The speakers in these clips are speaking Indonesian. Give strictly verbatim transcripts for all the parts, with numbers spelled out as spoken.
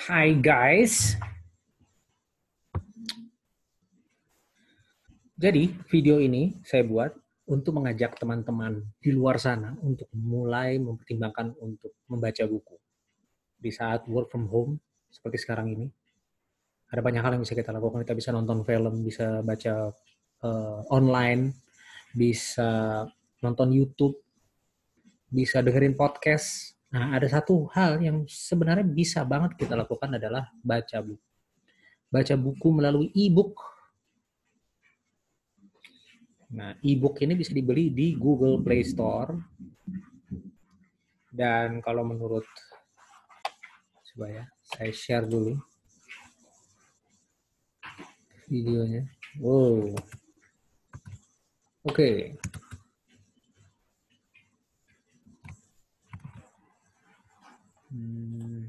Hai guys. Jadi video ini saya buat untuk mengajak teman-teman di luar sana untuk mulai mempertimbangkan untuk membaca buku. Di saat work from home seperti sekarang ini, ada banyak hal yang bisa kita lakukan. Kita bisa nonton film, bisa baca uh, online, bisa nonton YouTube, bisa dengerin podcast. Nah, ada satu hal yang sebenarnya bisa banget kita lakukan adalah baca buku. Baca buku melalui e-book. Nah, e-book ini bisa dibeli di Google Play Store. Dan kalau menurut, coba ya, saya share dulu videonya. Wow. Oke. Okay. Hmm.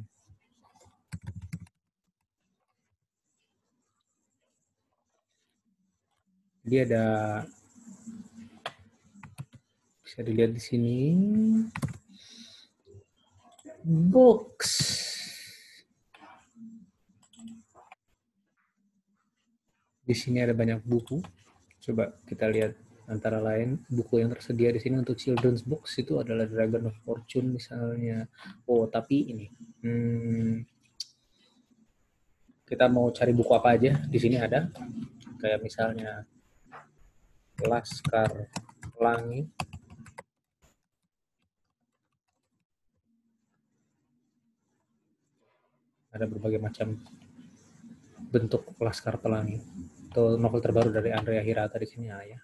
Dia ada, bisa dilihat di sini, books. Di sini ada banyak buku. Coba kita lihat antara lain buku yang tersedia di sini untuk children's books itu adalah Dragon of Fortune misalnya. Oh, tapi ini hmm, kita mau cari buku apa aja di sini ada. Kayak misalnya Laskar Pelangi. Ada berbagai macam bentuk Laskar Pelangi. Itu novel terbaru dari Andrea Hirata di sini ya.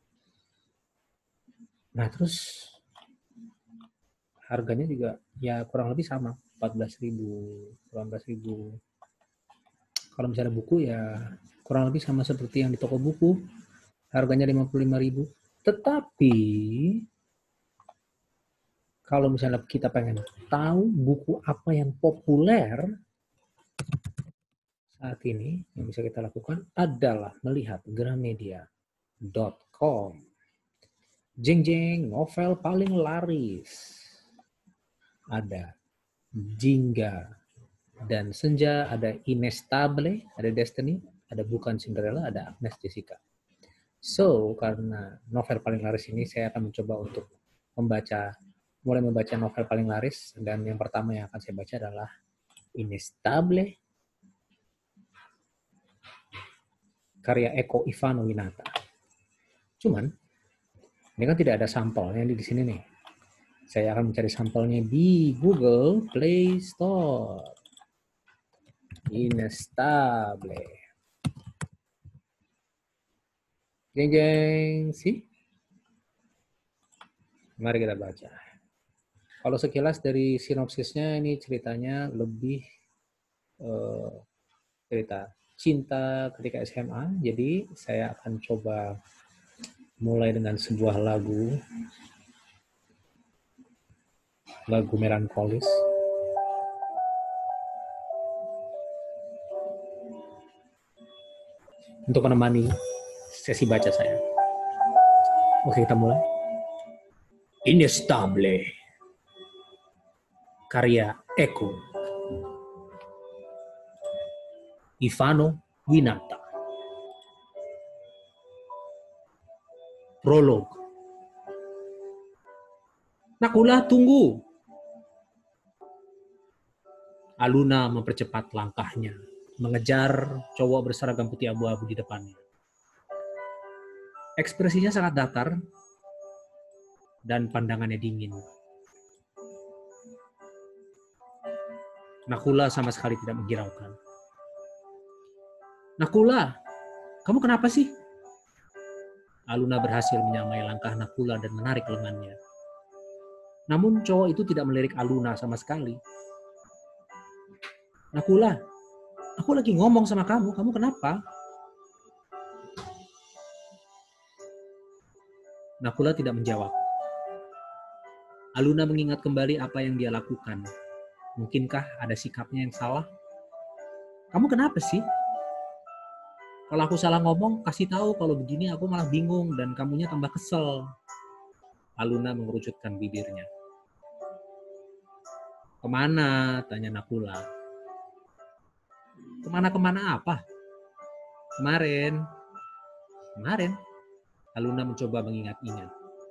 Nah, terus harganya juga ya kurang lebih sama, empat belas ribu, delapan belas ribu. Kalau misalnya buku ya kurang lebih sama seperti yang di toko buku, harganya lima puluh lima ribu. Tetapi kalau misalnya kita pengen tahu buku apa yang populer saat ini, yang bisa kita lakukan adalah melihat gramedia dot com. Jeng jeng, novel paling laris. Ada Jingga dan Senja, ada Inestable, ada Destiny, ada Bukan Cinderella, ada Agnes Jessica. So, karena novel paling laris ini saya akan mencoba untuk membaca, mulai membaca novel paling laris, dan yang pertama yang akan saya baca adalah Inestable, karya Eko Ivano Winata. Cuman, ini kan tidak ada sampelnya di sini nih. Saya akan mencari sampelnya di Google Play Store. Inestable. Jeng jeng, sih. Mari kita baca. Kalau sekilas dari sinopsisnya ini ceritanya lebih uh, cerita cinta ketika S M A. Jadi saya akan coba mulai dengan sebuah lagu lagu melankolis untuk menemani sesi baca saya. Oke, kita mulai. Inestable, karya Eko Ivano Winata. Prolog. Nakula, tunggu. Aluna mempercepat langkahnya, mengejar cowok berseragam putih abu-abu di depannya. Ekspresinya sangat datar dan pandangannya dingin. Nakula sama sekali tidak menghiraukan. Nakula, kamu kenapa sih? Aluna berhasil menyamai langkah Nakula dan menarik lengannya. Namun cowok itu tidak melirik Aluna sama sekali. Nakula, aku lagi ngomong sama kamu, kamu kenapa? Nakula tidak menjawab. Aluna mengingat kembali apa yang dia lakukan. Mungkinkah ada sikapnya yang salah? Kamu kenapa sih? Kalau aku salah ngomong, kasih tahu. Kalau begini aku malah bingung dan kamunya tambah kesel. Aluna mengerucutkan bibirnya. Kemana? Tanya Nakula. Kemana-kemana apa? Kemarin. Kemarin. Aluna mencoba mengingat-ingat.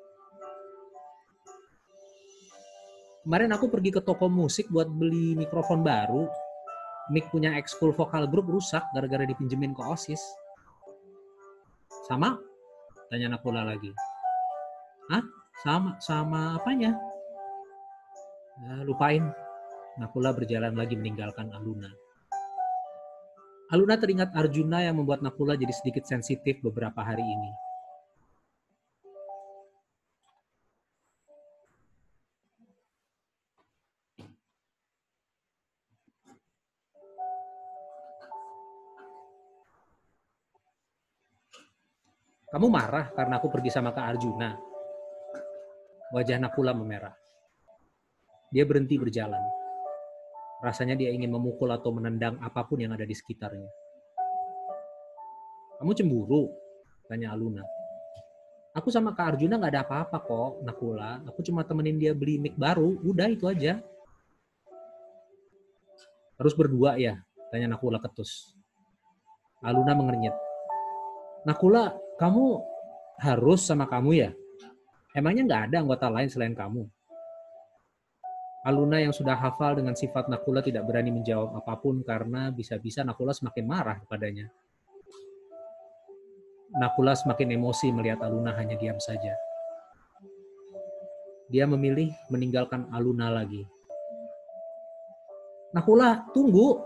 Kemarin aku pergi ke toko musik buat beli mikrofon baru. Mic punya ekskul vokal grup rusak gara-gara dipinjemin ke OSIS. Sama? Tanya Nakula lagi. Hah? Sama? Sama apanya? Nah, lupain. Nakula berjalan lagi meninggalkan Aluna. Aluna teringat Arjuna yang membuat Nakula jadi sedikit sensitif beberapa hari ini. Kamu marah karena aku pergi sama Kak Arjuna? Wajah Nakula memerah. Dia berhenti berjalan. Rasanya dia ingin memukul atau menendang apapun yang ada di sekitarnya. Kamu cemburu? Tanya Aluna. Aku sama Kak Arjuna gak ada apa-apa kok, Nakula. Aku cuma temenin dia beli mic baru, udah itu aja. Harus berdua ya? Tanya Nakula ketus. Aluna mengernyit. Nakula, kamu harus sama kamu ya? Emangnya gak ada anggota lain selain kamu? Aluna yang sudah hafal dengan sifat Nakula tidak berani menjawab apapun karena bisa-bisa Nakula semakin marah kepadanya. Nakula semakin emosi melihat Aluna hanya diam saja. Dia memilih meninggalkan Aluna lagi. Nakula, tunggu!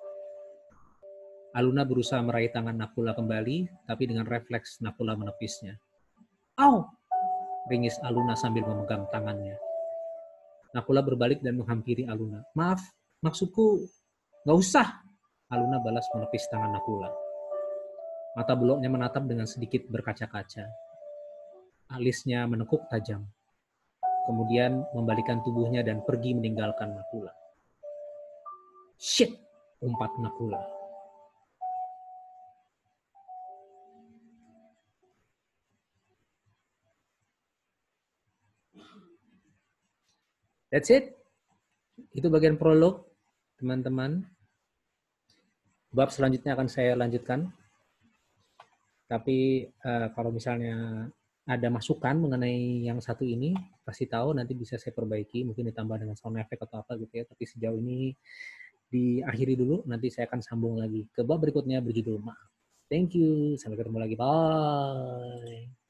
Aluna berusaha meraih tangan Nakula kembali, tapi dengan refleks Nakula menepisnya. Au! Ringis Aluna sambil memegang tangannya. Nakula berbalik dan menghampiri Aluna. Maaf, maksudku, gak usah. Aluna balas menepis tangan Nakula. Mata buloknya menatap dengan sedikit berkaca-kaca. Alisnya menekuk tajam. Kemudian membalikan tubuhnya dan pergi meninggalkan Nakula. Shit! Umpat Nakula. That's it. Itu bagian prolog, teman-teman. Bab selanjutnya akan saya lanjutkan. Tapi uh, kalau misalnya ada masukan mengenai yang satu ini, pasti tahu nanti bisa saya perbaiki, mungkin ditambah dengan sound effect atau apa gitu ya. Tapi sejauh ini diakhiri dulu, nanti saya akan sambung lagi ke bab berikutnya berjudul Maaf. Thank you, sampai ketemu lagi, bye.